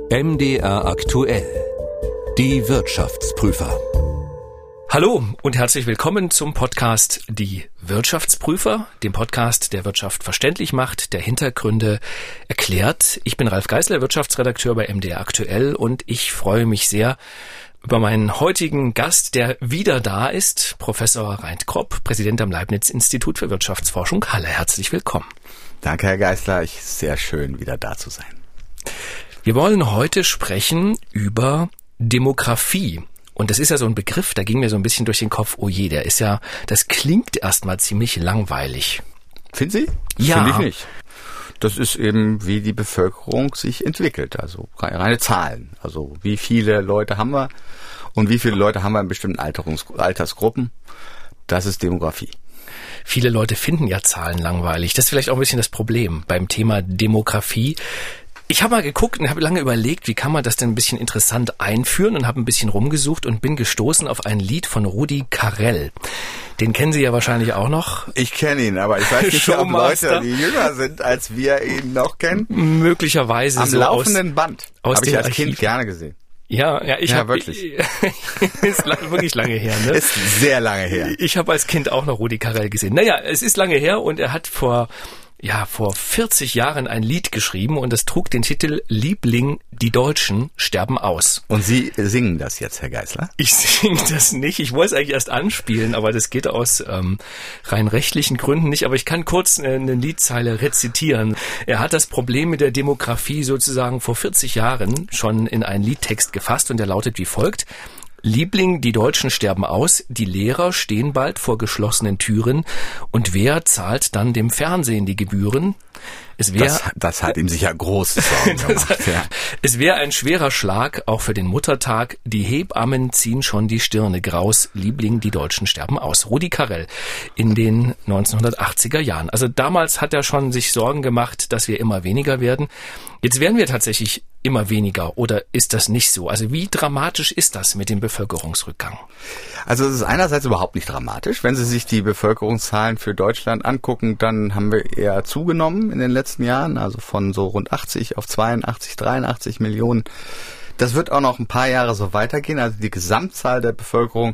MDR aktuell. Die Wirtschaftsprüfer. Hallo und herzlich willkommen zum Podcast Die Wirtschaftsprüfer, dem Podcast, der Wirtschaft verständlich macht, der Hintergründe erklärt. Ich bin Ralf Geisler, Wirtschaftsredakteur bei MDR aktuell, und ich freue mich sehr über meinen heutigen Gast, der wieder da ist, Professor Reint Kropp, Präsident am Leibniz-Institut für Wirtschaftsforschung Halle. Herzlich willkommen. Danke, Herr Geisler. Sehr schön, wieder da zu sein. Wir wollen heute sprechen über Demografie. Und das ist ja so ein Begriff, da ging mir so ein bisschen durch den Kopf, oh je, das klingt erstmal ziemlich langweilig. Finden Sie? Ja. Finde ich nicht. Das ist eben, wie die Bevölkerung sich entwickelt, also reine Zahlen. Also wie viele Leute haben wir und wie viele Leute haben wir in bestimmten Altersgruppen. Das ist Demografie. Viele Leute finden ja Zahlen langweilig. Das ist vielleicht auch ein bisschen das Problem beim Thema Demografie. Ich habe mal geguckt und habe lange überlegt, wie kann man das denn ein bisschen interessant einführen, und habe ein bisschen rumgesucht und bin gestoßen auf ein Lied von Rudi Carrell. Den kennen Sie ja wahrscheinlich auch noch. Ich kenne ihn, aber ich weiß nicht, ob Leute, die jünger sind, als wir ihn noch kennen. Möglicherweise am so laufenden Band. Habe ich als Kind gerne gesehen. Ja, ich habe wirklich. Ist wirklich lange her, ne? Ist sehr lange her. Ich habe als Kind auch noch Rudi Carrell gesehen. Naja, es ist lange her, und er hat vor 40 Jahren ein Lied geschrieben, und das trug den Titel Liebling, die Deutschen sterben aus. Und Sie singen das jetzt, Herr Geisler? Ich singe das nicht. Ich wollte es eigentlich erst anspielen, aber das geht aus rein rechtlichen Gründen nicht. Aber ich kann kurz eine Liedzeile rezitieren. Er hat das Problem mit der Demografie sozusagen vor 40 Jahren schon in einen Liedtext gefasst, und der lautet wie folgt: Liebling, die Deutschen sterben aus, die Lehrer stehen bald vor geschlossenen Türen, und wer zahlt dann dem Fernsehen die Gebühren? Das hat ihm sicher große Sorgen gemacht. Ja. Es wäre ein schwerer Schlag, auch für den Muttertag. Die Hebammen ziehen schon die Stirne graus. Liebling, die Deutschen sterben aus. Rudi Carrell in den 1980er Jahren. Also damals hat er schon sich Sorgen gemacht, dass wir immer weniger werden. Jetzt werden wir tatsächlich immer weniger, oder ist das nicht so? Also wie dramatisch ist das mit dem Bevölkerungsrückgang? Also es ist einerseits überhaupt nicht dramatisch. Wenn Sie sich die Bevölkerungszahlen für Deutschland angucken, dann haben wir eher zugenommen in den letzten Jahren, also von so rund 80 auf 82, 83 Millionen. Das wird auch noch ein paar Jahre so weitergehen. Also die Gesamtzahl der Bevölkerung,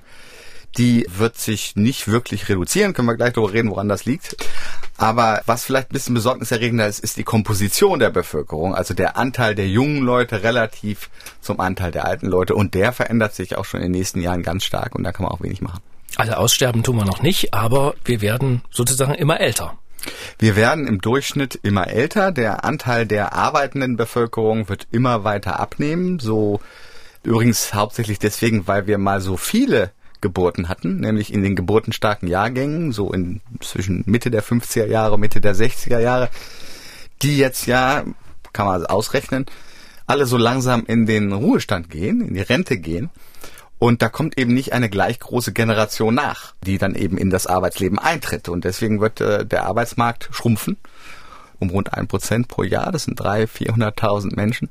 die wird sich nicht wirklich reduzieren. Können wir gleich darüber reden, woran das liegt. Aber was vielleicht ein bisschen besorgniserregender ist, ist die Komposition der Bevölkerung. Also der Anteil der jungen Leute relativ zum Anteil der alten Leute. Und der verändert sich auch schon in den nächsten Jahren ganz stark. Und da kann man auch wenig machen. Also aussterben tun wir noch nicht, aber wir werden sozusagen immer älter. Wir werden im Durchschnitt immer älter. Der Anteil der arbeitenden Bevölkerung wird immer weiter abnehmen. So übrigens hauptsächlich deswegen, weil wir mal so viele Geburten hatten, nämlich in den geburtenstarken Jahrgängen, so in zwischen Mitte der 50er Jahre, Mitte der 60er Jahre, die jetzt kann man ausrechnen, alle so langsam in den Ruhestand gehen, in die Rente gehen. Und da kommt eben nicht eine gleich große Generation nach, die dann eben in das Arbeitsleben eintritt. Und deswegen wird der Arbeitsmarkt schrumpfen um rund 1% pro Jahr. Das sind 300.000-400.000 Menschen.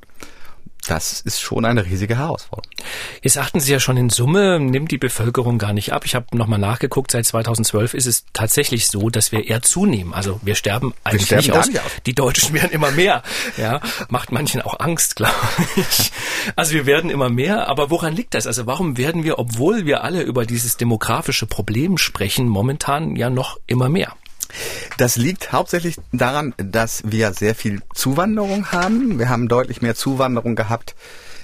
Das ist schon eine riesige Herausforderung. Jetzt sagten Sie ja schon, in Summe nimmt die Bevölkerung gar nicht ab. Ich habe nochmal nachgeguckt, seit 2012 ist es tatsächlich so, dass wir eher zunehmen. Also wir sterben eigentlich nicht aus. Die Deutschen werden immer mehr. Ja, macht manchen auch Angst, glaube ich. Also wir werden immer mehr. Aber woran liegt das? Also warum werden wir, obwohl wir alle über dieses demografische Problem sprechen, momentan ja noch immer mehr? Das liegt hauptsächlich daran, dass wir sehr viel Zuwanderung haben. Wir haben deutlich mehr Zuwanderung gehabt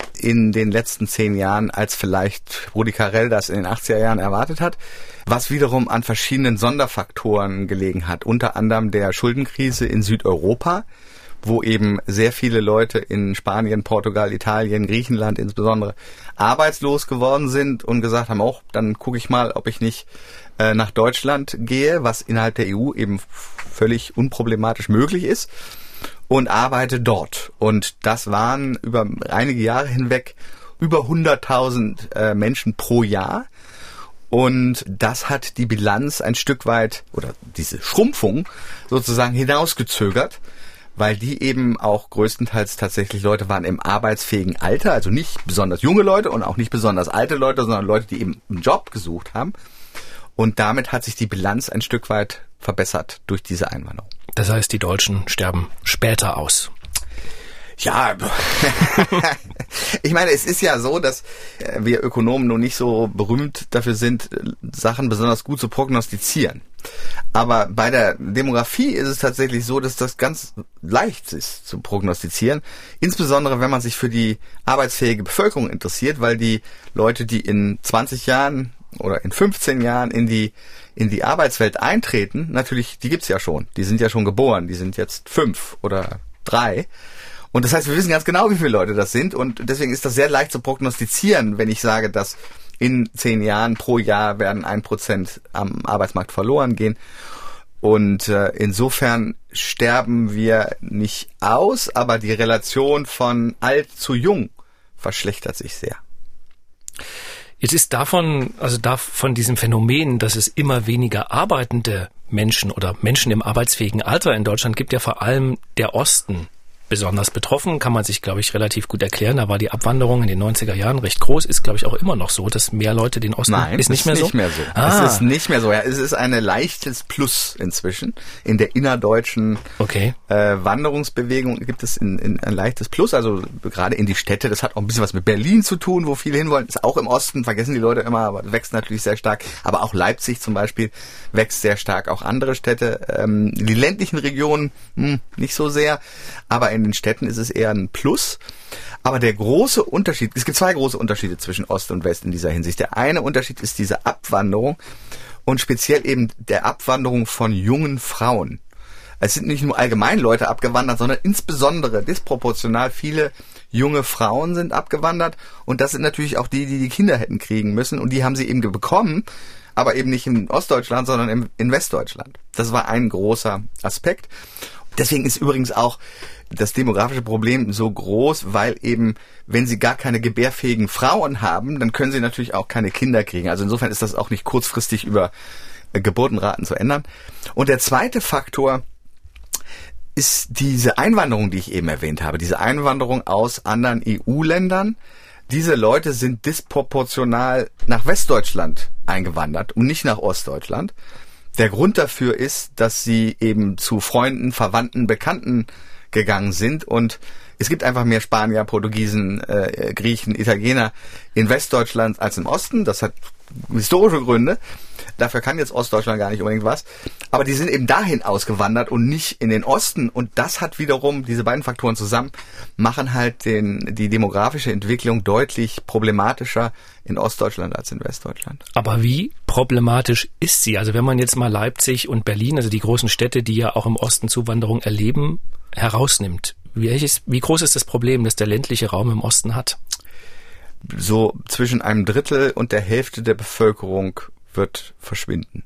in den letzten 10 Jahren, als vielleicht Rudi Carrell das in den 80er Jahren erwartet hat, was wiederum an verschiedenen Sonderfaktoren gelegen hat. Unter anderem der Schuldenkrise in Südeuropa, wo eben sehr viele Leute in Spanien, Portugal, Italien, Griechenland insbesondere arbeitslos geworden sind und gesagt haben, dann gucke ich mal, ob ich nicht nach Deutschland gehe, was innerhalb der EU eben völlig unproblematisch möglich ist, und arbeite dort. Und das waren über einige Jahre hinweg über 100.000 Menschen pro Jahr. Und das hat die Bilanz ein Stück weit, oder diese Schrumpfung sozusagen hinausgezögert, weil die eben auch größtenteils tatsächlich Leute waren im arbeitsfähigen Alter, also nicht besonders junge Leute und auch nicht besonders alte Leute, sondern Leute, die eben einen Job gesucht haben. Und damit hat sich die Bilanz ein Stück weit verbessert durch diese Einwanderung. Das heißt, die Deutschen sterben später aus. Ja, ich meine, es ist ja so, dass wir Ökonomen nun nicht so berühmt dafür sind, Sachen besonders gut zu prognostizieren. Aber bei der Demografie ist es tatsächlich so, dass das ganz leicht ist zu prognostizieren. Insbesondere, wenn man sich für die arbeitsfähige Bevölkerung interessiert, weil die Leute, die in 20 Jahren oder in 15 Jahren in die Arbeitswelt eintreten, natürlich, die gibt's ja schon. Die sind ja schon geboren. Die sind jetzt 5 oder 3. Und das heißt, wir wissen ganz genau, wie viele Leute das sind. Und deswegen ist das sehr leicht zu prognostizieren, wenn ich sage, dass in 10 Jahren pro Jahr werden 1% am Arbeitsmarkt verloren gehen. Und insofern sterben wir nicht aus, aber die Relation von alt zu jung verschlechtert sich sehr. Jetzt ist von diesem Phänomen, dass es immer weniger arbeitende Menschen oder Menschen im arbeitsfähigen Alter in Deutschland gibt, ja vor allem der Osten besonders betroffen, kann man sich, glaube ich, relativ gut erklären. Da war die Abwanderung in den 90er Jahren recht groß, ist, glaube ich, auch immer noch so, dass mehr Leute den Osten... Nein, ist nicht mehr so? Es ist nicht mehr so. Ja, es ist ein leichtes Plus inzwischen. In der innerdeutschen Wanderungsbewegung gibt es ein leichtes Plus, also gerade in die Städte. Das hat auch ein bisschen was mit Berlin zu tun, wo viele hinwollen. Ist auch im Osten, vergessen die Leute immer, aber wächst natürlich sehr stark. Aber auch Leipzig zum Beispiel wächst sehr stark, auch andere Städte. Die ländlichen Regionen nicht so sehr, aber in den Städten ist es eher ein Plus. Aber der große Unterschied, es gibt 2 große Unterschiede zwischen Ost und West in dieser Hinsicht. Der eine Unterschied ist diese Abwanderung und speziell eben der Abwanderung von jungen Frauen. Es sind nicht nur allgemein Leute abgewandert, sondern insbesondere disproportional viele junge Frauen sind abgewandert. Und das sind natürlich auch die Kinder hätten kriegen müssen. Und die haben sie eben bekommen, aber eben nicht in Ostdeutschland, sondern in Westdeutschland. Das war ein großer Aspekt. Deswegen ist übrigens auch das demografische Problem so groß, weil eben, wenn sie gar keine gebärfähigen Frauen haben, dann können sie natürlich auch keine Kinder kriegen. Also insofern ist das auch nicht kurzfristig über Geburtenraten zu ändern. Und der zweite Faktor ist diese Einwanderung, die ich eben erwähnt habe, diese Einwanderung aus anderen EU-Ländern. Diese Leute sind disproportional nach Westdeutschland eingewandert und nicht nach Ostdeutschland. Der Grund dafür ist, dass sie eben zu Freunden, Verwandten, Bekannten gegangen sind und es gibt einfach mehr Spanier, Portugiesen, Griechen, Italiener in Westdeutschland als im Osten. Das hat historische Gründe. Dafür kann jetzt Ostdeutschland gar nicht unbedingt was. Aber die sind eben dahin ausgewandert und nicht in den Osten. Und das hat wiederum, diese beiden Faktoren zusammen, machen halt die demografische Entwicklung deutlich problematischer in Ostdeutschland als in Westdeutschland. Aber wie problematisch ist sie? Also wenn man jetzt mal Leipzig und Berlin, also die großen Städte, die ja auch im Osten Zuwanderung erleben, herausnimmt. Wie groß ist das Problem, das der ländliche Raum im Osten hat? So zwischen 1/3 und der Hälfte der Bevölkerung wird verschwinden.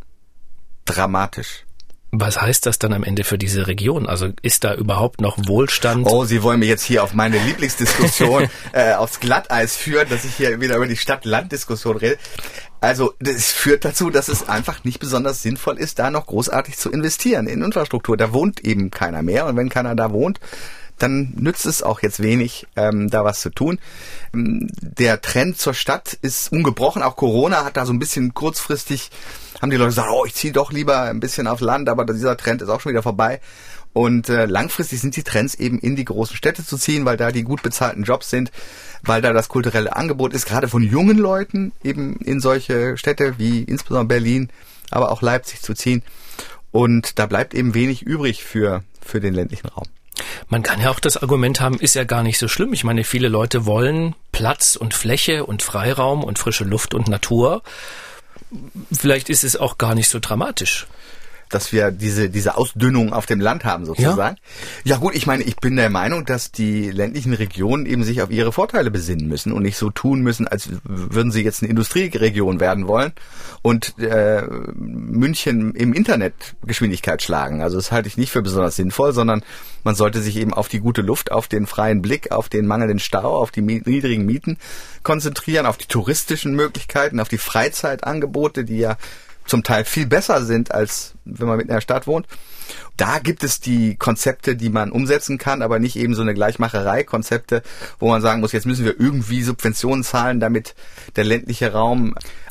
Dramatisch. Was heißt das dann am Ende für diese Region? Also ist da überhaupt noch Wohlstand? Oh, Sie wollen mich jetzt hier auf meine Lieblingsdiskussion aufs Glatteis führen, dass ich hier wieder über die Stadt-Land-Diskussion rede. Also das führt dazu, dass es einfach nicht besonders sinnvoll ist, da noch großartig zu investieren in Infrastruktur. Da wohnt eben keiner mehr und wenn keiner da wohnt, dann nützt es auch jetzt wenig, da was zu tun. Der Trend zur Stadt ist ungebrochen. Auch Corona hat da so ein bisschen kurzfristig, haben die Leute gesagt, ich ziehe doch lieber ein bisschen aufs Land, aber dieser Trend ist auch schon wieder vorbei. Und langfristig sind die Trends eben in die großen Städte zu ziehen, weil da die gut bezahlten Jobs sind, weil da das kulturelle Angebot ist, gerade von jungen Leuten eben in solche Städte wie insbesondere Berlin, aber auch Leipzig zu ziehen. Und da bleibt eben wenig übrig für den ländlichen Raum. Man kann ja auch das Argument haben, ist ja gar nicht so schlimm. Ich meine, viele Leute wollen Platz und Fläche und Freiraum und frische Luft und Natur. Vielleicht ist es auch gar nicht so dramatisch. Dass wir diese Ausdünnung auf dem Land haben sozusagen. Ja gut, ich meine, ich bin der Meinung, dass die ländlichen Regionen eben sich auf ihre Vorteile besinnen müssen und nicht so tun müssen, als würden sie jetzt eine Industrieregion werden wollen und München im Internet Geschwindigkeit schlagen. Also das halte ich nicht für besonders sinnvoll, sondern man sollte sich eben auf die gute Luft, auf den freien Blick, auf den mangelnden Stau, auf die niedrigen Mieten konzentrieren, auf die touristischen Möglichkeiten, auf die Freizeitangebote, die ja zum Teil viel besser sind, als wenn man mitten in der Stadt wohnt. Da gibt es die Konzepte, die man umsetzen kann, aber nicht eben so eine Gleichmacherei-Konzepte, wo man sagen muss, jetzt müssen wir irgendwie Subventionen zahlen, damit der ländliche Raum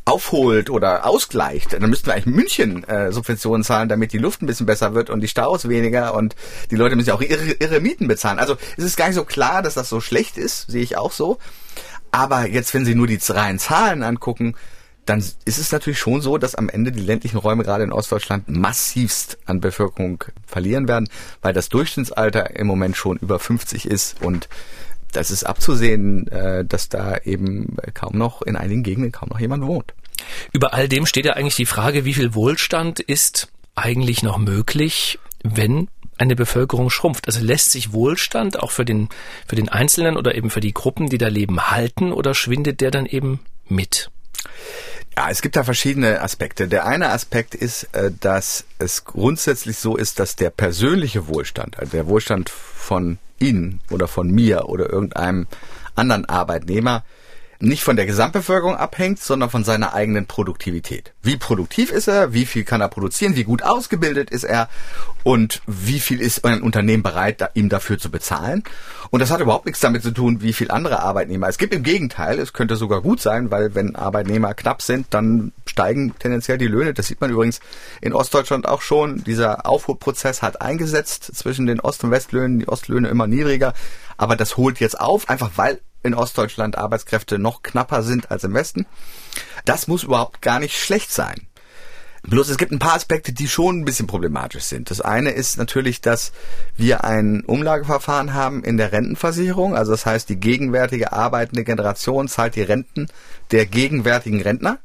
aufholt oder ausgleicht, dann müssten wir eigentlich München Subventionen zahlen, damit die Luft ein bisschen besser wird und die Staus weniger und die Leute müssen ja auch ihre Mieten bezahlen. Also es ist gar nicht so klar, dass das so schlecht ist, sehe ich auch so. Aber jetzt, wenn Sie nur die reinen Zahlen angucken, dann ist es natürlich schon so, dass am Ende die ländlichen Räume gerade in Ostdeutschland massivst an Bevölkerung verlieren werden, weil das Durchschnittsalter im Moment schon über 50 ist und das ist abzusehen, dass da eben in einigen Gegenden kaum noch jemand wohnt. Über all dem steht ja eigentlich die Frage, wie viel Wohlstand ist eigentlich noch möglich, wenn eine Bevölkerung schrumpft. Also lässt sich Wohlstand auch für den Einzelnen oder eben für die Gruppen, die da leben, halten oder schwindet der dann eben mit? Ja, es gibt da verschiedene Aspekte. Der eine Aspekt ist, dass es grundsätzlich so ist, dass der persönliche Wohlstand, also der Wohlstand von Ihnen oder von mir oder irgendeinem anderen Arbeitnehmer, nicht von der Gesamtbevölkerung abhängt, sondern von seiner eigenen Produktivität. Wie produktiv ist er? Wie viel kann er produzieren? Wie gut ausgebildet ist er? Und wie viel ist ein Unternehmen bereit, ihm dafür zu bezahlen? Und das hat überhaupt nichts damit zu tun, wie viel andere Arbeitnehmer. Es gibt im Gegenteil, es könnte sogar gut sein, weil wenn Arbeitnehmer knapp sind, dann steigen tendenziell die Löhne. Das sieht man übrigens in Ostdeutschland auch schon. Dieser Aufholprozess hat eingesetzt zwischen den Ost- und Westlöhnen, die Ostlöhne immer niedriger. Aber das holt jetzt auf, einfach weil in Ostdeutschland Arbeitskräfte noch knapper sind als im Westen. Das muss überhaupt gar nicht schlecht sein. Bloß es gibt ein paar Aspekte, die schon ein bisschen problematisch sind. Das eine ist natürlich, dass wir ein Umlageverfahren haben in der Rentenversicherung. Also das heißt, die gegenwärtige arbeitende Generation zahlt die Renten der gegenwärtigen Rentner.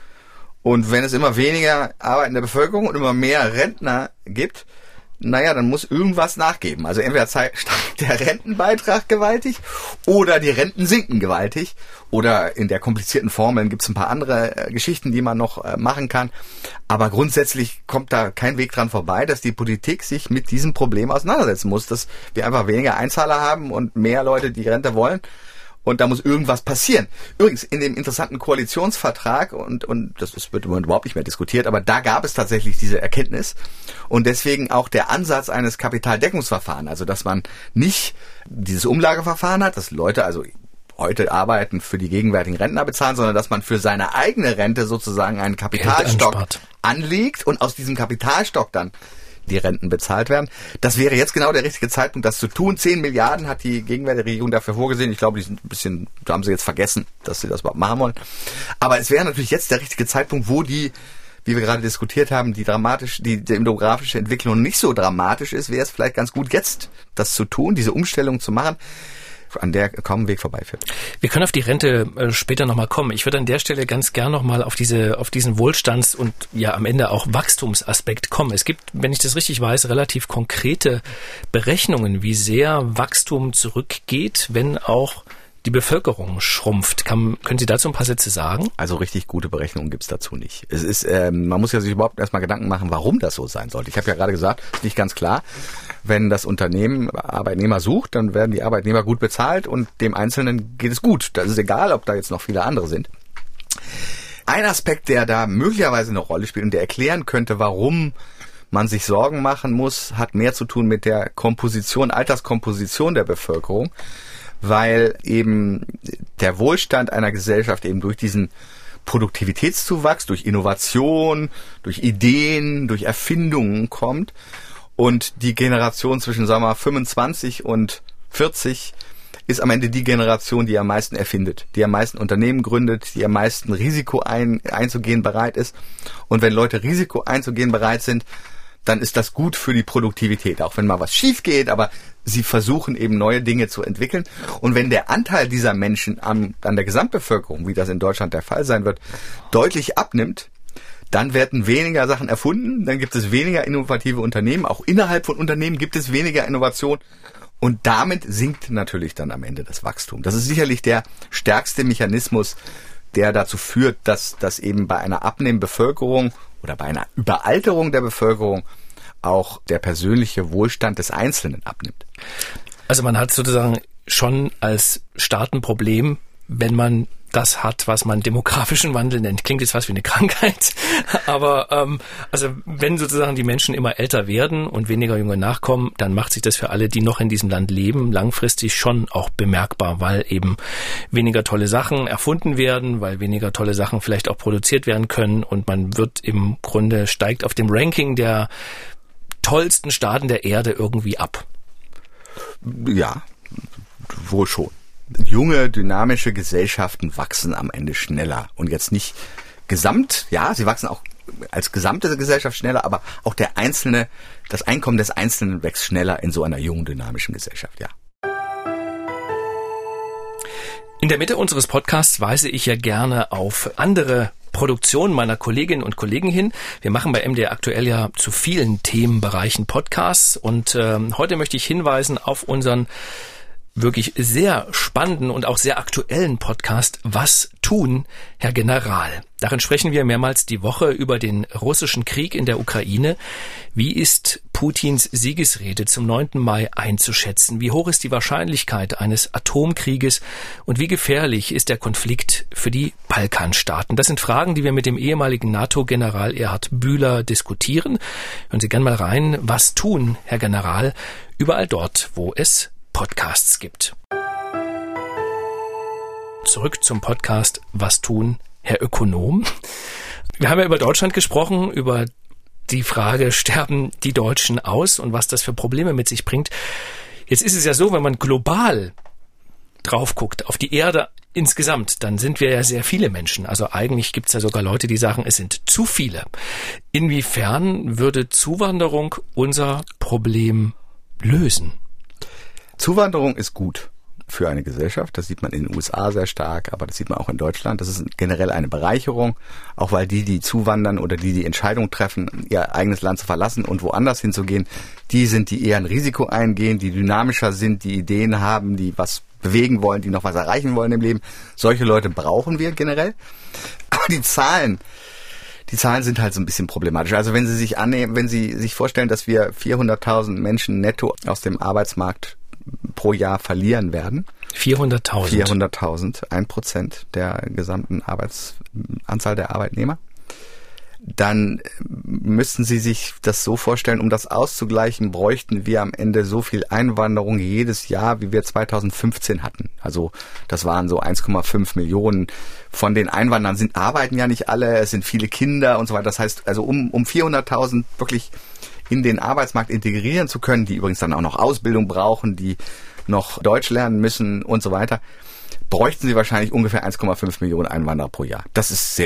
Und wenn es immer weniger arbeitende Bevölkerung und immer mehr Rentner gibt, dann muss irgendwas nachgeben. Also entweder steigt der Rentenbeitrag gewaltig oder die Renten sinken gewaltig. Oder in der komplizierten Formel gibt es ein paar andere Geschichten, die man noch machen kann. Aber grundsätzlich kommt da kein Weg dran vorbei, dass die Politik sich mit diesem Problem auseinandersetzen muss, dass wir einfach weniger Einzahler haben und mehr Leute die Rente wollen. Und da muss irgendwas passieren. Übrigens, in dem interessanten Koalitionsvertrag, und das wird überhaupt nicht mehr diskutiert, aber da gab es tatsächlich diese Erkenntnis. Und deswegen auch der Ansatz eines Kapitaldeckungsverfahrens. Also, dass man nicht dieses Umlageverfahren hat, dass Leute also heute arbeiten für die gegenwärtigen Rentner bezahlen, sondern dass man für seine eigene Rente sozusagen einen Kapitalstock anlegt und aus diesem Kapitalstock dann die Renten bezahlt werden. Das wäre jetzt genau der richtige Zeitpunkt, das zu tun. 10 Milliarden hat die gegenwärtige Regierung dafür vorgesehen. Ich glaube, die sind ein bisschen, da haben sie jetzt vergessen, dass sie das überhaupt machen wollen. Aber es wäre natürlich jetzt der richtige Zeitpunkt, wo die, wie wir gerade diskutiert haben, die demografische Entwicklung nicht so dramatisch ist, wäre es vielleicht ganz gut, jetzt das zu tun, diese Umstellung zu machen, an der kaum ein Weg vorbeiführt. Wir können auf die Rente später nochmal kommen. Ich würde an der Stelle ganz gern nochmal auf diesen Wohlstands- und ja am Ende auch Wachstumsaspekt kommen. Es gibt, wenn ich das richtig weiß, relativ konkrete Berechnungen, wie sehr Wachstum zurückgeht, wenn auch die Bevölkerung schrumpft. Können Sie dazu ein paar Sätze sagen? Also richtig gute Berechnungen gibt's dazu nicht. Es ist, man muss ja sich überhaupt erstmal Gedanken machen, warum das so sein sollte. Ich habe ja gerade gesagt, ist nicht ganz klar. Wenn das Unternehmen Arbeitnehmer sucht, dann werden die Arbeitnehmer gut bezahlt und dem Einzelnen geht es gut. Das ist egal, ob da jetzt noch viele andere sind. Ein Aspekt, der da möglicherweise eine Rolle spielt und der erklären könnte, warum man sich Sorgen machen muss, hat mehr zu tun mit der Alterskomposition der Bevölkerung, weil eben der Wohlstand einer Gesellschaft eben durch diesen Produktivitätszuwachs, durch Innovation, durch Ideen, durch Erfindungen kommt und die Generation zwischen, 25 und 40 ist am Ende die Generation, die am meisten erfindet, die am meisten Unternehmen gründet, die am meisten Risiko einzugehen bereit ist. Und wenn Leute Risiko einzugehen bereit sind, dann ist das gut für die Produktivität, auch wenn mal was schief geht, aber sie versuchen eben neue Dinge zu entwickeln. Und wenn der Anteil dieser Menschen an der Gesamtbevölkerung, wie das in Deutschland der Fall sein wird, deutlich abnimmt, dann werden weniger Sachen erfunden, dann gibt es weniger innovative Unternehmen, auch innerhalb von Unternehmen gibt es weniger Innovation und damit sinkt natürlich dann am Ende das Wachstum. Das ist sicherlich der stärkste Mechanismus, der dazu führt, dass eben bei einer abnehmenden Bevölkerung oder bei einer Überalterung der Bevölkerung auch der persönliche Wohlstand des Einzelnen abnimmt. Also man hat sozusagen schon als Staatenproblem wenn man das hat, was man demografischen Wandel nennt. Klingt jetzt fast wie eine Krankheit, aber also wenn sozusagen die Menschen immer älter werden und weniger junge nachkommen, dann macht sich das für alle, die noch in diesem Land leben, langfristig schon auch bemerkbar, weil eben weniger tolle Sachen erfunden werden, weil weniger tolle Sachen vielleicht auch produziert werden können und man wird im Grunde, steigt auf dem Ranking der tollsten Staaten der Erde irgendwie ab. Ja, wohl schon. Junge, dynamische Gesellschaften wachsen am Ende schneller. Und jetzt nicht gesamt, ja, sie wachsen auch als gesamte Gesellschaft schneller, aber auch das Einkommen des Einzelnen wächst schneller in so einer jungen, dynamischen Gesellschaft, ja. In der Mitte unseres Podcasts weise ich ja gerne auf andere Produktionen meiner Kolleginnen und Kollegen hin. Wir machen bei MDR aktuell ja zu vielen Themenbereichen Podcasts und heute möchte ich hinweisen auf unseren wirklich sehr spannenden und auch sehr aktuellen Podcast Was tun, Herr General? Darin sprechen wir mehrmals die Woche über den russischen Krieg in der Ukraine. Wie ist Putins Siegesrede zum 9. Mai einzuschätzen? Wie hoch ist die Wahrscheinlichkeit eines Atomkrieges? Und wie gefährlich ist der Konflikt für die Balkanstaaten? Das sind Fragen, die wir mit dem ehemaligen NATO-General Erhard Bühler diskutieren. Hören Sie gerne mal rein. Was tun, Herr General? Überall dort, wo es Podcasts gibt. Zurück zum Podcast Was tun, Herr Ökonom? Wir haben ja über Deutschland gesprochen, über die Frage, sterben die Deutschen aus und was das für Probleme mit sich bringt. Jetzt ist es ja so, wenn man global drauf guckt, auf die Erde insgesamt, dann sind wir ja sehr viele Menschen. Also eigentlich gibt es ja sogar Leute, die sagen, es sind zu viele. Inwiefern würde Zuwanderung unser Problem lösen? Zuwanderung ist gut für eine Gesellschaft. Das sieht man in den USA sehr stark, aber das sieht man auch in Deutschland. Das ist generell eine Bereicherung, auch weil die zuwandern oder die Entscheidung treffen, ihr eigenes Land zu verlassen und woanders hinzugehen, die sind, die eher ein Risiko eingehen, die dynamischer sind, die Ideen haben, die was bewegen wollen, die noch was erreichen wollen im Leben. Solche Leute brauchen wir generell. Aber die Zahlen sind halt so ein bisschen problematisch. Also wenn Sie sich vorstellen, dass wir 400.000 Menschen netto aus dem Arbeitsmarkt pro Jahr verlieren werden. 400.000, 1% der gesamten Anzahl der Arbeitnehmer. Dann müssten Sie sich das so vorstellen, um das auszugleichen, bräuchten wir am Ende so viel Einwanderung jedes Jahr, wie wir 2015 hatten. Also das waren so 1,5 Millionen. Von den Einwanderern arbeiten ja nicht alle, es sind viele Kinder und so weiter. Das heißt, also um 400.000 wirklich in den Arbeitsmarkt integrieren zu können, die übrigens dann auch noch Ausbildung brauchen, die noch Deutsch lernen müssen und so weiter, bräuchten sie wahrscheinlich ungefähr 1,5 Millionen Einwanderer pro Jahr. Das ist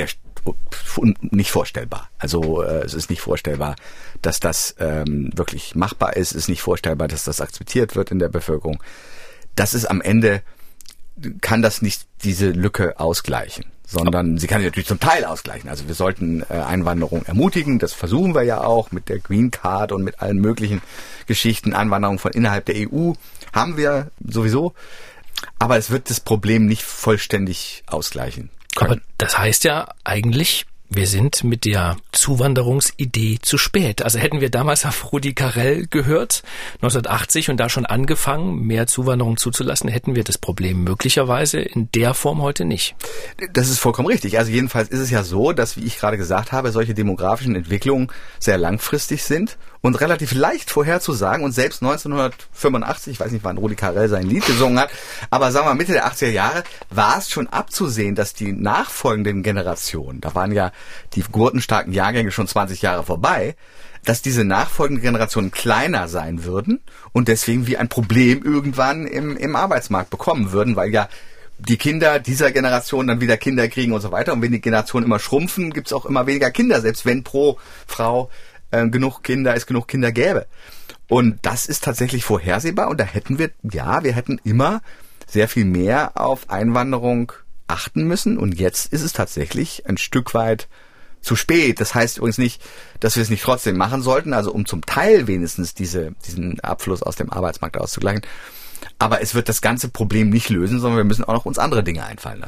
nicht vorstellbar. Also es ist nicht vorstellbar, dass das wirklich machbar ist. Es ist nicht vorstellbar, dass das akzeptiert wird in der Bevölkerung. Das ist am Ende, kann das nicht diese Lücke ausgleichen, sondern sie kann sie natürlich zum Teil ausgleichen. Also wir sollten Einwanderung ermutigen, das versuchen wir ja auch mit der Green Card und mit allen möglichen Geschichten. Einwanderung von innerhalb der EU haben wir sowieso, aber es wird das Problem nicht vollständig ausgleichen können. Aber das heißt ja eigentlich, wir sind mit der Zuwanderungsidee zu spät. Also hätten wir damals auf Rudi Carrell gehört, 1980, und da schon angefangen, mehr Zuwanderung zuzulassen, hätten wir das Problem möglicherweise in der Form heute nicht. Das ist vollkommen richtig. Also jedenfalls ist es ja so, dass, wie ich gerade gesagt habe, solche demografischen Entwicklungen sehr langfristig sind und relativ leicht vorherzusagen. Und selbst 1985, ich weiß nicht, wann Rudi Carrell sein Lied gesungen hat, aber sagen wir Mitte der 80er Jahre, war es schon abzusehen, dass die nachfolgenden Generationen, da waren ja die geburtenstarken Jahrgänge schon 20 Jahre vorbei, dass diese nachfolgenden Generationen kleiner sein würden und deswegen wir ein Problem irgendwann im Arbeitsmarkt bekommen würden, weil ja die Kinder dieser Generation dann wieder Kinder kriegen und so weiter. Und wenn die Generationen immer schrumpfen, gibt es auch immer weniger Kinder, selbst wenn pro Frau genug Kinder gäbe. Und das ist tatsächlich vorhersehbar und da hätten wir hätten immer sehr viel mehr auf Einwanderung achten müssen und jetzt ist es tatsächlich ein Stück weit zu spät. Das heißt übrigens nicht, dass wir es nicht trotzdem machen sollten, also um zum Teil wenigstens diesen Abfluss aus dem Arbeitsmarkt auszugleichen. Aber es wird das ganze Problem nicht lösen, sondern wir müssen auch noch uns andere Dinge einfallen lassen.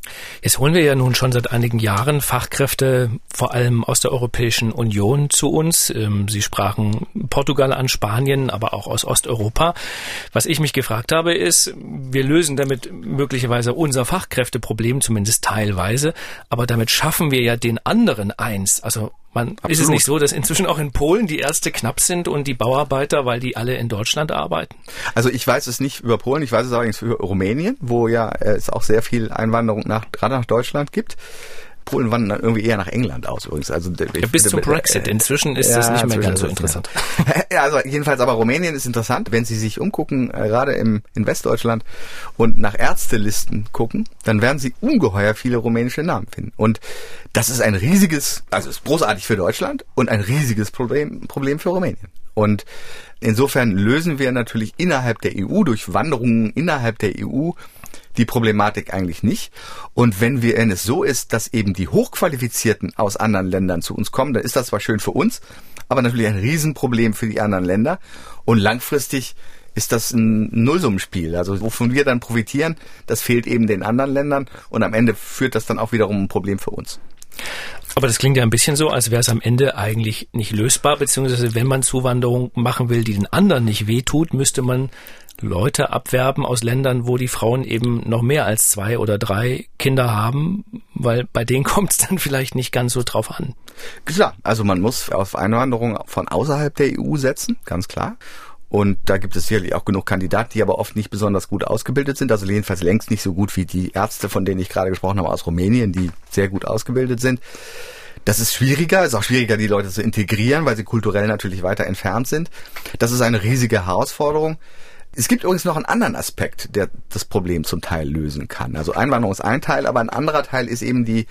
Jetzt holen wir ja nun schon seit einigen Jahren Fachkräfte, vor allem aus der Europäischen Union, zu uns. Sie sprachen Portugal an, Spanien, aber auch aus Osteuropa. Was ich mich gefragt habe, ist, wir lösen damit möglicherweise unser Fachkräfteproblem, zumindest teilweise, aber damit schaffen wir ja den anderen eins. Also ist es nicht so, dass inzwischen auch in Polen die Ärzte knapp sind und die Bauarbeiter, weil die alle in Deutschland arbeiten? Also ich weiß es nicht über Polen, ich weiß es allerdings über Rumänien, wo ja es auch sehr viel Einwanderung gerade nach Deutschland gibt. Polen wandern dann irgendwie eher nach England aus übrigens. Also bis zum Brexit. Inzwischen ist das nicht mehr ganz so interessant. Ja, also jedenfalls, aber Rumänien ist interessant. Wenn Sie sich umgucken, gerade in Westdeutschland und nach Ärztelisten gucken, dann werden Sie ungeheuer viele rumänische Namen finden. Und das ist ein riesiges, also ist großartig für Deutschland und ein riesiges Problem für Rumänien. Und insofern lösen wir natürlich innerhalb der EU, durch Wanderungen innerhalb der EU, die Problematik eigentlich nicht. Und wenn es so ist, dass eben die Hochqualifizierten aus anderen Ländern zu uns kommen, dann ist das zwar schön für uns, aber natürlich ein Riesenproblem für die anderen Länder. Und langfristig ist das ein Nullsummenspiel. Also wovon wir dann profitieren, das fehlt eben den anderen Ländern. Und am Ende führt das dann auch wiederum ein Problem für uns. Aber das klingt ja ein bisschen so, als wäre es am Ende eigentlich nicht lösbar, beziehungsweise wenn man Zuwanderung machen will, die den anderen nicht wehtut, müsste man Leute abwerben aus Ländern, wo die Frauen eben noch mehr als 2 oder 3 Kinder haben, weil bei denen kommt es dann vielleicht nicht ganz so drauf an. Klar, also man muss auf Einwanderung von außerhalb der EU setzen, ganz klar. Und da gibt es sicherlich auch genug Kandidaten, die aber oft nicht besonders gut ausgebildet sind, also jedenfalls längst nicht so gut wie die Ärzte, von denen ich gerade gesprochen habe, aus Rumänien, die sehr gut ausgebildet sind. Das ist schwieriger, ist auch schwieriger, die Leute zu integrieren, weil sie kulturell natürlich weiter entfernt sind. Das ist eine riesige Herausforderung. Es gibt übrigens noch einen anderen Aspekt, der das Problem zum Teil lösen kann. Also Einwanderung ist ein Teil, aber ein anderer Teil ist eben die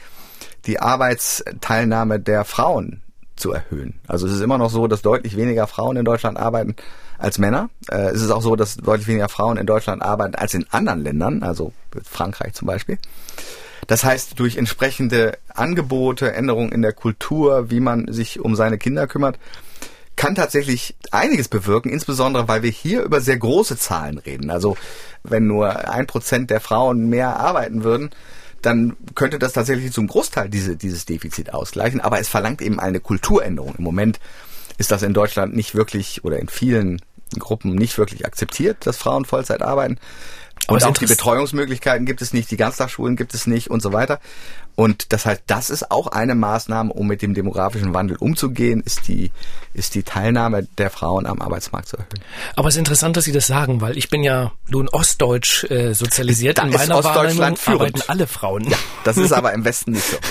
Arbeitsteilnahme der Frauen zu erhöhen. Also es ist immer noch so, dass deutlich weniger Frauen in Deutschland arbeiten als Männer. Es ist auch so, dass deutlich weniger Frauen in Deutschland arbeiten als in anderen Ländern, also Frankreich zum Beispiel. Das heißt, durch entsprechende Angebote, Änderungen in der Kultur, wie man sich um seine Kinder kümmert, kann tatsächlich einiges bewirken, insbesondere weil wir hier über sehr große Zahlen reden. Also wenn nur 1% der Frauen mehr arbeiten würden, dann könnte das tatsächlich zum Großteil dieses Defizit ausgleichen. Aber es verlangt eben eine Kulturänderung. Im Moment ist das in Deutschland nicht wirklich oder in vielen Gruppen nicht wirklich akzeptiert, dass Frauen Vollzeit arbeiten. Und auch die Betreuungsmöglichkeiten gibt es nicht, die Ganztagsschulen gibt es nicht und so weiter. Und das heißt, das ist auch eine Maßnahme, um mit dem demografischen Wandel umzugehen, ist die Teilnahme der Frauen am Arbeitsmarkt zu erhöhen. Aber es ist interessant, dass Sie das sagen, weil ich bin ja nun ostdeutsch sozialisiert. In meiner Wahrnehmung arbeiten alle Frauen. Ja, das ist aber im Westen nicht so.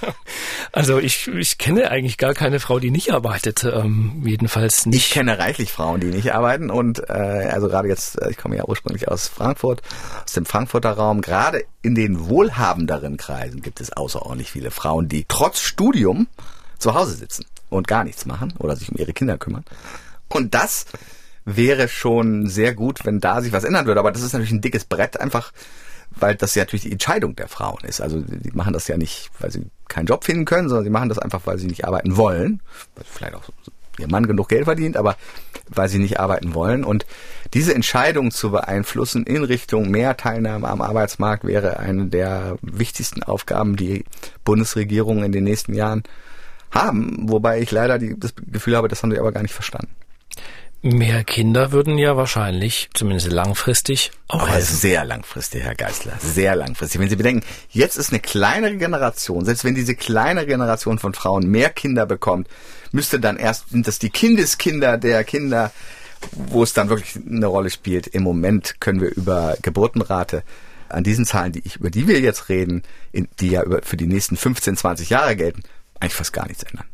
Also ich kenne eigentlich gar keine Frau, die nicht arbeitet, jedenfalls nicht. Ich kenne reichlich Frauen, die nicht arbeiten und also gerade jetzt, ich komme ja ursprünglich aus Frankfurt, aus dem Frankfurter Raum, gerade in den wohlhabenderen Kreisen gibt es außerordentlich viele Frauen, die trotz Studium zu Hause sitzen und gar nichts machen oder sich um ihre Kinder kümmern. Und das wäre schon sehr gut, wenn da sich was ändern würde. Aber das ist natürlich ein dickes Brett, einfach weil das ja natürlich die Entscheidung der Frauen ist. Also die machen das ja nicht, weil sie keinen Job finden können, sondern sie machen das einfach, weil sie nicht arbeiten wollen. Weil vielleicht auch ihr Mann genug Geld verdient, aber weil sie nicht arbeiten wollen. Und diese Entscheidung zu beeinflussen in Richtung mehr Teilnahme am Arbeitsmarkt wäre eine der wichtigsten Aufgaben, die Bundesregierungen in den nächsten Jahren haben. Wobei ich leider das Gefühl habe, das haben sie aber gar nicht verstanden. Mehr Kinder würden ja wahrscheinlich, zumindest langfristig, auch helfen. Sehr langfristig, Herr Geisler, sehr langfristig. Wenn Sie bedenken, jetzt ist eine kleinere Generation, selbst wenn diese kleinere Generation von Frauen mehr Kinder bekommt, sind das die Kindeskinder der Kinder, wo es dann wirklich eine Rolle spielt. Im Moment können wir über Geburtenrate an diesen Zahlen, über die wir jetzt reden, die ja für die nächsten 15, 20 Jahre gelten, eigentlich fast gar nichts ändern.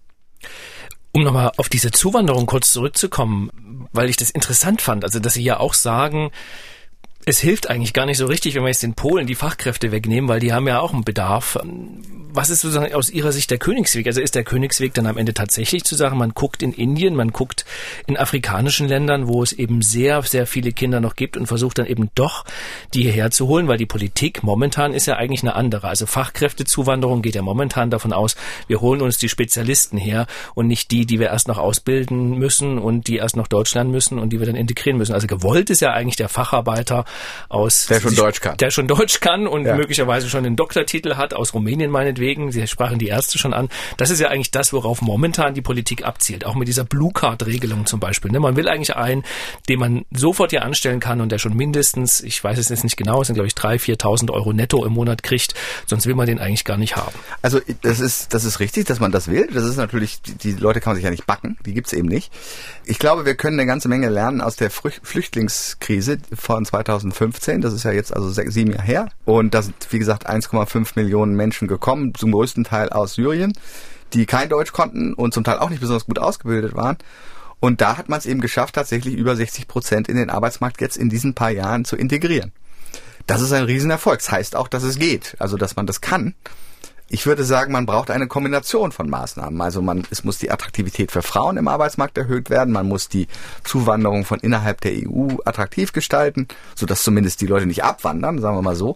Um nochmal auf diese Zuwanderung kurz zurückzukommen, weil ich das interessant fand, also dass Sie ja auch sagen, es hilft eigentlich gar nicht so richtig, wenn wir jetzt den Polen die Fachkräfte wegnehmen, weil die haben ja auch einen Bedarf. Was ist sozusagen aus Ihrer Sicht der Königsweg? Also ist der Königsweg dann am Ende tatsächlich zu sagen, man guckt in Indien, man guckt in afrikanischen Ländern, wo es eben sehr, sehr viele Kinder noch gibt und versucht dann eben doch, die hierher zu holen, weil die Politik momentan ist ja eigentlich eine andere. Also Fachkräftezuwanderung geht ja momentan davon aus, wir holen uns die Spezialisten her und nicht die wir erst noch ausbilden müssen und die erst nach Deutschland müssen und die wir dann integrieren müssen. Also gewollt ist ja eigentlich der Facharbeiter der schon Deutsch kann und möglicherweise schon einen Doktortitel hat, aus Rumänien meinetwegen. Sie sprachen die Ärzte schon an. Das ist ja eigentlich das, worauf momentan die Politik abzielt. Auch mit dieser Blue Card Regelung zum Beispiel. Man will eigentlich einen, den man sofort hier anstellen kann und der schon mindestens, ich weiß es jetzt nicht genau, es sind glaube ich 3.000, 4.000 Euro netto im Monat kriegt. Sonst will man den eigentlich gar nicht haben. Also das ist richtig, dass man das will. Das ist natürlich, die Leute kann man sich ja nicht backen. Die gibt's eben nicht. Ich glaube, wir können eine ganze Menge lernen aus der Flüchtlingskrise von 2015. Das ist ja jetzt also 7 Jahre her. Und da sind, wie gesagt, 1,5 Millionen Menschen gekommen, zum größten Teil aus Syrien, die kein Deutsch konnten und zum Teil auch nicht besonders gut ausgebildet waren. Und da hat man es eben geschafft, tatsächlich über 60% in den Arbeitsmarkt jetzt in diesen paar Jahren zu integrieren. Das ist ein Riesenerfolg. Das heißt auch, dass es geht, also dass man das kann. Ich würde sagen, man braucht eine Kombination von Maßnahmen. Also es muss die Attraktivität für Frauen im Arbeitsmarkt erhöht werden. Man muss die Zuwanderung von innerhalb der EU attraktiv gestalten, sodass zumindest die Leute nicht abwandern, sagen wir mal so.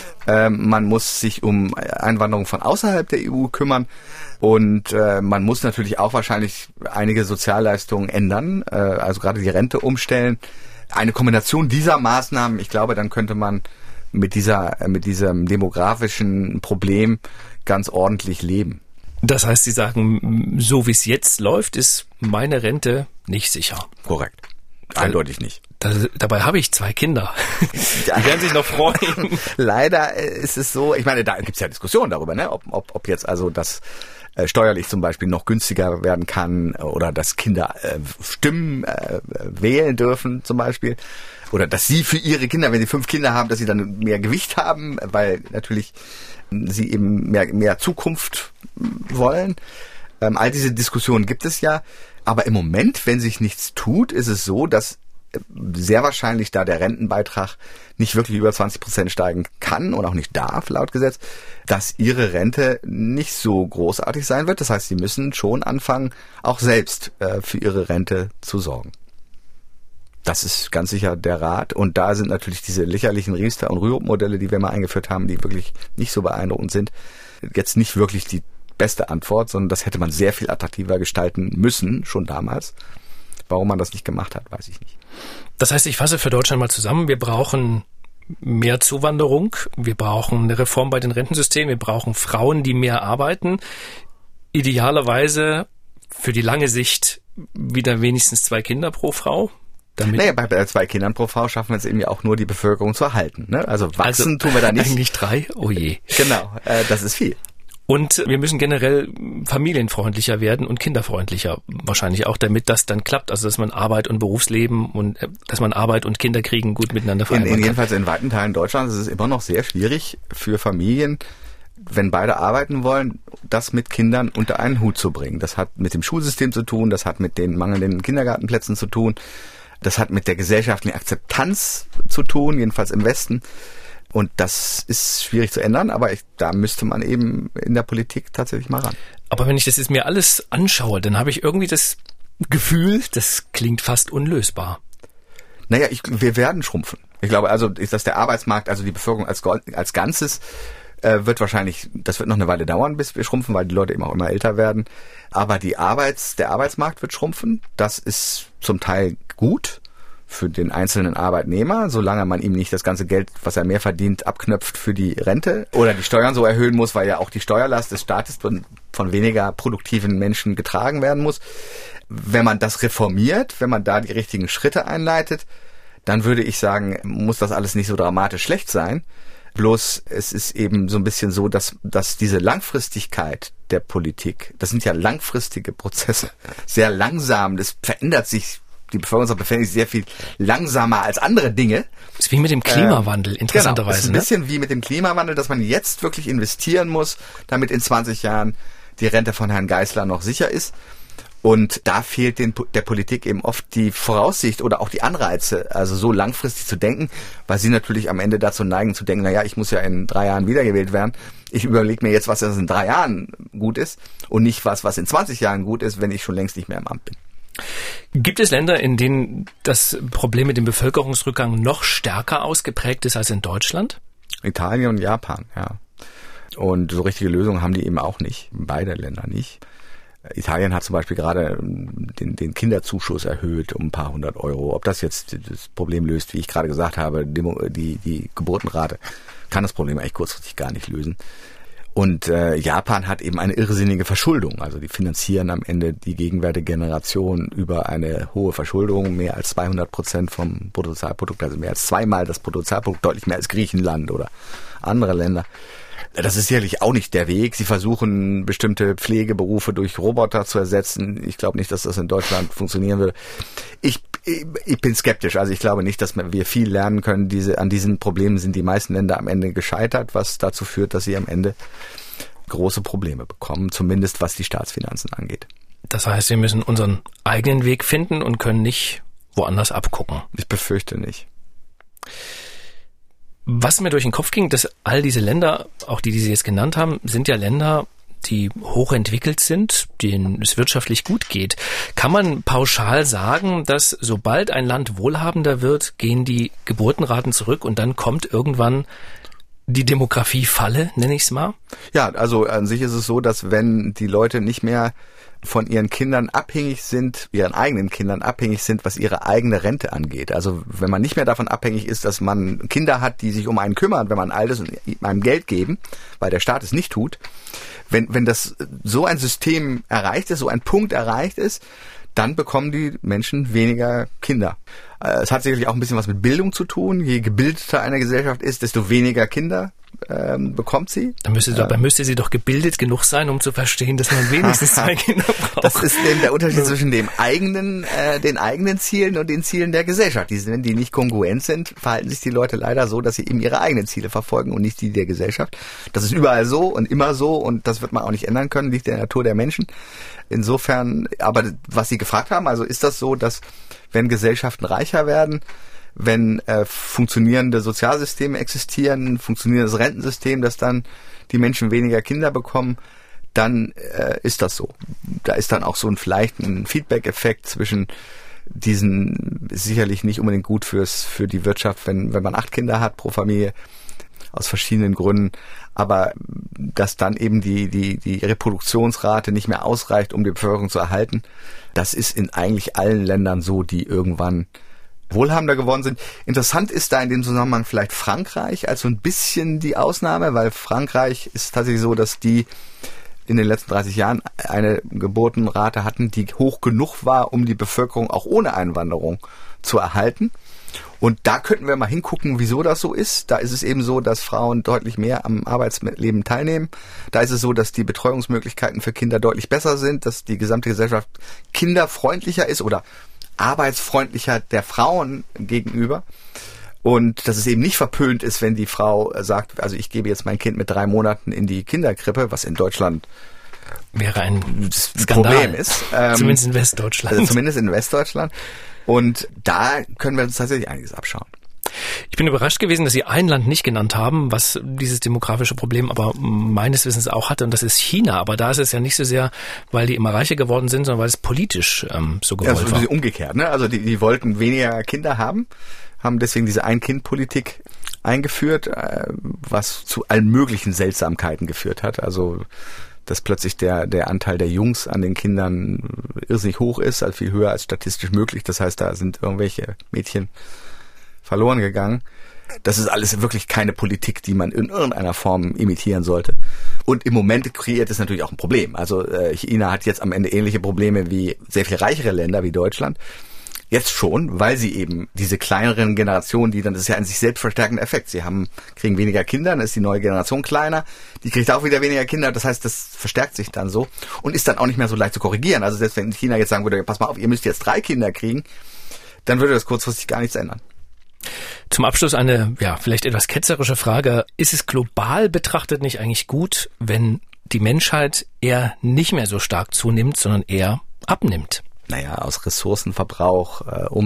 Man muss sich um Einwanderung von außerhalb der EU kümmern und man muss natürlich auch wahrscheinlich einige Sozialleistungen ändern, also gerade die Rente umstellen. Eine Kombination dieser Maßnahmen, ich glaube, dann könnte man mit diesem demografischen Problem ganz ordentlich leben. Das heißt, Sie sagen, so wie es jetzt läuft, ist meine Rente nicht sicher. Korrekt. Eindeutig nicht. Dabei habe ich 2 Kinder. Die werden sich noch freuen. Leider ist es so, ich meine, da gibt es ja Diskussionen darüber, ne? Ob jetzt also das steuerlich zum Beispiel noch günstiger werden kann oder dass Kinder Stimmen wählen dürfen zum Beispiel. Oder dass sie für ihre Kinder, wenn sie 5 Kinder haben, dass sie dann mehr Gewicht haben, weil natürlich sie eben mehr Zukunft wollen. All diese Diskussionen gibt es ja. Aber im Moment, wenn sich nichts tut, ist es so, dass sehr wahrscheinlich, da der Rentenbeitrag nicht wirklich über 20% steigen kann und auch nicht darf, laut Gesetz, dass ihre Rente nicht so großartig sein wird. Das heißt, sie müssen schon anfangen, auch selbst für ihre Rente zu sorgen. Das ist ganz sicher der Rat. Und da sind natürlich diese lächerlichen Riester- und Rürup-Modelle, die wir mal eingeführt haben, die wirklich nicht so beeindruckend sind, jetzt nicht wirklich die beste Antwort, sondern das hätte man sehr viel attraktiver gestalten müssen, schon damals. Warum man das nicht gemacht hat, weiß ich nicht. Das heißt, ich fasse für Deutschland mal zusammen, wir brauchen mehr Zuwanderung, wir brauchen eine Reform bei den Rentensystemen, wir brauchen Frauen, die mehr arbeiten, idealerweise für die lange Sicht wieder wenigstens 2 Kinder pro Frau. Naja, bei 2 Kindern pro Frau schaffen wir es eben ja auch nur, die Bevölkerung zu erhalten. Ne? Also wachsen tun wir da nicht. Eigentlich 3? Oh je. Genau, das ist viel. Und wir müssen generell familienfreundlicher werden und kinderfreundlicher wahrscheinlich auch, damit das dann klappt. Also dass man Arbeit und Berufsleben und dass man Arbeit und Kinderkriegen gut miteinander vereinbaren kann. Jedenfalls in weiten Teilen Deutschlands ist es immer noch sehr schwierig für Familien, wenn beide arbeiten wollen, das mit Kindern unter einen Hut zu bringen. Das hat mit dem Schulsystem zu tun, das hat mit den mangelnden Kindergartenplätzen zu tun, das hat mit der gesellschaftlichen Akzeptanz zu tun, jedenfalls im Westen. Und das ist schwierig zu ändern, aber da müsste man eben in der Politik tatsächlich mal ran. Aber wenn ich das jetzt mir alles anschaue, dann habe ich irgendwie das Gefühl, das klingt fast unlösbar. Naja, wir werden schrumpfen. Ich glaube also, dass der Arbeitsmarkt, also die Bevölkerung als Ganzes, wird wahrscheinlich, das wird noch eine Weile dauern, bis wir schrumpfen, weil die Leute eben auch immer älter werden. Aber der Arbeitsmarkt wird schrumpfen. Das ist zum Teil gut für den einzelnen Arbeitnehmer, solange man ihm nicht das ganze Geld, was er mehr verdient, abknöpft für die Rente oder die Steuern so erhöhen muss, weil ja auch die Steuerlast des Staates von weniger produktiven Menschen getragen werden muss. Wenn man das reformiert, wenn man da die richtigen Schritte einleitet, dann würde ich sagen, muss das alles nicht so dramatisch schlecht sein. Bloß es ist eben so ein bisschen so, dass diese Langfristigkeit der Politik, das sind ja langfristige Prozesse, sehr langsam, das verändert sich. Die Bevölkerung befindet sich sehr viel langsamer als andere Dinge. Das ist wie mit dem Klimawandel, interessanterweise. Genau, das ist ein bisschen wie mit dem Klimawandel, dass man jetzt wirklich investieren muss, damit in 20 Jahren die Rente von Herrn Geisler noch sicher ist. Und da fehlt der Politik eben oft die Voraussicht oder auch die Anreize, also so langfristig zu denken, weil sie natürlich am Ende dazu neigen zu denken, naja, ich muss ja in 3 Jahren wiedergewählt werden. Ich überlege mir jetzt, was in 3 Jahren gut ist und nicht was in 20 Jahren gut ist, wenn ich schon längst nicht mehr im Amt bin. Gibt es Länder, in denen das Problem mit dem Bevölkerungsrückgang noch stärker ausgeprägt ist als in Deutschland? Italien und Japan, ja. Und so richtige Lösungen haben die eben auch nicht. Beide Länder nicht. Italien hat zum Beispiel gerade den Kinderzuschuss erhöht um ein paar 100 Euro. Ob das jetzt das Problem löst, wie ich gerade gesagt habe, die Geburtenrate kann das Problem eigentlich kurzfristig gar nicht lösen. Und Japan hat eben eine irrsinnige Verschuldung. Also die finanzieren am Ende die gegenwärtige Generation über eine hohe Verschuldung, mehr als 200% vom Bruttosozialprodukt, also mehr als zweimal das Bruttosozialprodukt, deutlich mehr als Griechenland oder andere Länder. Das ist sicherlich auch nicht der Weg. Sie versuchen, bestimmte Pflegeberufe durch Roboter zu ersetzen. Ich glaube nicht, dass das in Deutschland funktionieren würde. Ich bin skeptisch. Also ich glaube nicht, dass wir viel lernen können. An diesen Problemen sind die meisten Länder am Ende gescheitert, was dazu führt, dass sie am Ende große Probleme bekommen, zumindest was die Staatsfinanzen angeht. Das heißt, wir müssen unseren eigenen Weg finden und können nicht woanders abgucken. Ich befürchte nicht. Was mir durch den Kopf ging, dass all diese Länder, auch die Sie jetzt genannt haben, sind ja Länder, die hochentwickelt sind, denen es wirtschaftlich gut geht. Kann man pauschal sagen, dass sobald ein Land wohlhabender wird, gehen die Geburtenraten zurück und dann kommt irgendwann die Demografie-Falle, nenne ich es mal? Ja, also an sich ist es so, dass wenn die Leute nicht mehr von ihren Kindern abhängig sind, ihren eigenen Kindern abhängig sind, was ihre eigene Rente angeht. Also wenn man nicht mehr davon abhängig ist, dass man Kinder hat, die sich um einen kümmern, wenn man alt ist und einem Geld geben, weil der Staat es nicht tut. Wenn das so ein System erreicht ist, so ein Punkt erreicht ist, dann bekommen die Menschen weniger Kinder. Es hat sicherlich auch ein bisschen was mit Bildung zu tun. Je gebildeter eine Gesellschaft ist, desto weniger Kinder bekommt sie. Dann müsste sie doch gebildet genug sein, um zu verstehen, dass man wenigstens 2 Kinder braucht. Das ist eben der Unterschied zwischen den eigenen Zielen und den Zielen der Gesellschaft. Wenn die nicht kongruent sind, verhalten sich die Leute leider so, dass sie eben ihre eigenen Ziele verfolgen und nicht die der Gesellschaft. Das ist überall so und immer so und das wird man auch nicht ändern können, liegt in der Natur der Menschen. Insofern, aber was Sie gefragt haben, also ist das so, dass wenn Gesellschaften reicher werden, wenn funktionierende Sozialsysteme existieren, funktionierendes Rentensystem, dass dann die Menschen weniger Kinder bekommen, dann ist das so. Da ist dann auch so vielleicht ein Feedback-Effekt zwischen diesen, ist sicherlich nicht unbedingt gut für die Wirtschaft, wenn man 8 Kinder hat pro Familie, aus verschiedenen Gründen, aber dass dann eben die Reproduktionsrate nicht mehr ausreicht, um die Bevölkerung zu erhalten, das ist in eigentlich allen Ländern so, die irgendwann wohlhabender geworden sind. Interessant ist da in dem Zusammenhang vielleicht Frankreich als so ein bisschen die Ausnahme, weil Frankreich ist tatsächlich so, dass die in den letzten 30 Jahren eine Geburtenrate hatten, die hoch genug war, um die Bevölkerung auch ohne Einwanderung zu erhalten. Und da könnten wir mal hingucken, wieso das so ist. Da ist es eben so, dass Frauen deutlich mehr am Arbeitsleben teilnehmen. Da ist es so, dass die Betreuungsmöglichkeiten für Kinder deutlich besser sind, dass die gesamte Gesellschaft kinderfreundlicher ist oder arbeitsfreundlicher der Frauen gegenüber. Und dass es eben nicht verpönt ist, wenn die Frau sagt, also ich gebe jetzt mein Kind mit 3 Monaten in die Kinderkrippe, was in Deutschland wäre ein Skandal. Problem ist. Zumindest in Westdeutschland. Also zumindest in Westdeutschland. Und da können wir uns tatsächlich einiges abschauen. Ich bin überrascht gewesen, dass Sie ein Land nicht genannt haben, was dieses demografische Problem aber meines Wissens auch hatte, und das ist China. Aber da ist es ja nicht so sehr, weil die immer reicher geworden sind, sondern weil es politisch so gewollt war. Ja, das ist umgekehrt, ne? Also die wollten weniger Kinder haben deswegen diese Ein-Kind-Politik eingeführt, was zu allen möglichen Seltsamkeiten geführt hat. Also dass plötzlich der Anteil der Jungs an den Kindern irrsinnig hoch ist, also viel höher als statistisch möglich. Das heißt, da sind irgendwelche Mädchen verloren gegangen. Das ist alles wirklich keine Politik, die man in irgendeiner Form imitieren sollte. Und im Moment kreiert es natürlich auch ein Problem. Also China hat jetzt am Ende ähnliche Probleme wie sehr viel reichere Länder wie Deutschland. Jetzt schon, weil sie eben diese kleineren Generationen, das ist ja ein sich selbst verstärkender Effekt. Kriegen weniger Kinder, dann ist die neue Generation kleiner, die kriegt auch wieder weniger Kinder, das heißt, das verstärkt sich dann so und ist dann auch nicht mehr so leicht zu korrigieren. Also selbst wenn China jetzt sagen würde, pass mal auf, ihr müsst jetzt 3 Kinder kriegen, dann würde das kurzfristig gar nichts ändern. Zum Abschluss eine, vielleicht etwas ketzerische Frage. Ist es global betrachtet nicht eigentlich gut, wenn die Menschheit eher nicht mehr so stark zunimmt, sondern eher abnimmt? Naja, aus Ressourcenverbrauch,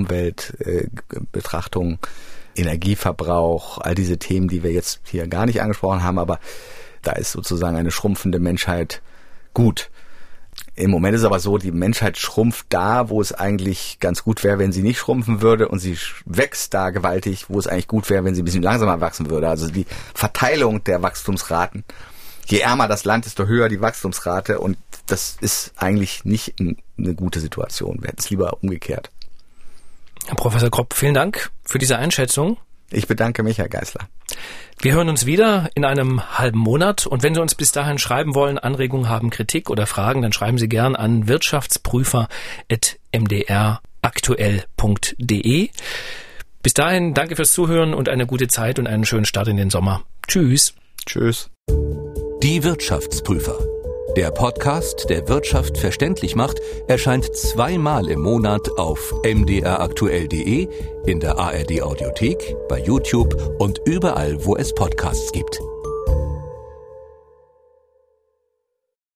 Umweltbetrachtung, Energieverbrauch, all diese Themen, die wir jetzt hier gar nicht angesprochen haben, aber da ist sozusagen eine schrumpfende Menschheit gut. Im Moment ist aber so, die Menschheit schrumpft da, wo es eigentlich ganz gut wäre, wenn sie nicht schrumpfen würde, und sie wächst da gewaltig, wo es eigentlich gut wäre, wenn sie ein bisschen langsamer wachsen würde. Also die Verteilung der Wachstumsraten je ärmer das Land, desto höher die Wachstumsrate und das ist eigentlich nicht eine gute Situation. Wir hätten es lieber umgekehrt. Herr Professor Kropp, vielen Dank für diese Einschätzung. Ich bedanke mich, Herr Geisler. Wir hören uns wieder in einem halben Monat und wenn Sie uns bis dahin schreiben wollen, Anregungen haben, Kritik oder Fragen, dann schreiben Sie gern an wirtschaftsprüfer@mdraktuell.de. Bis dahin, danke fürs Zuhören und eine gute Zeit und einen schönen Start in den Sommer. Tschüss. Tschüss. Die Wirtschaftsprüfer. Der Podcast, der Wirtschaft verständlich macht, erscheint 2-mal im Monat auf mdraktuell.de, in der ARD Audiothek, bei YouTube und überall, wo es Podcasts gibt.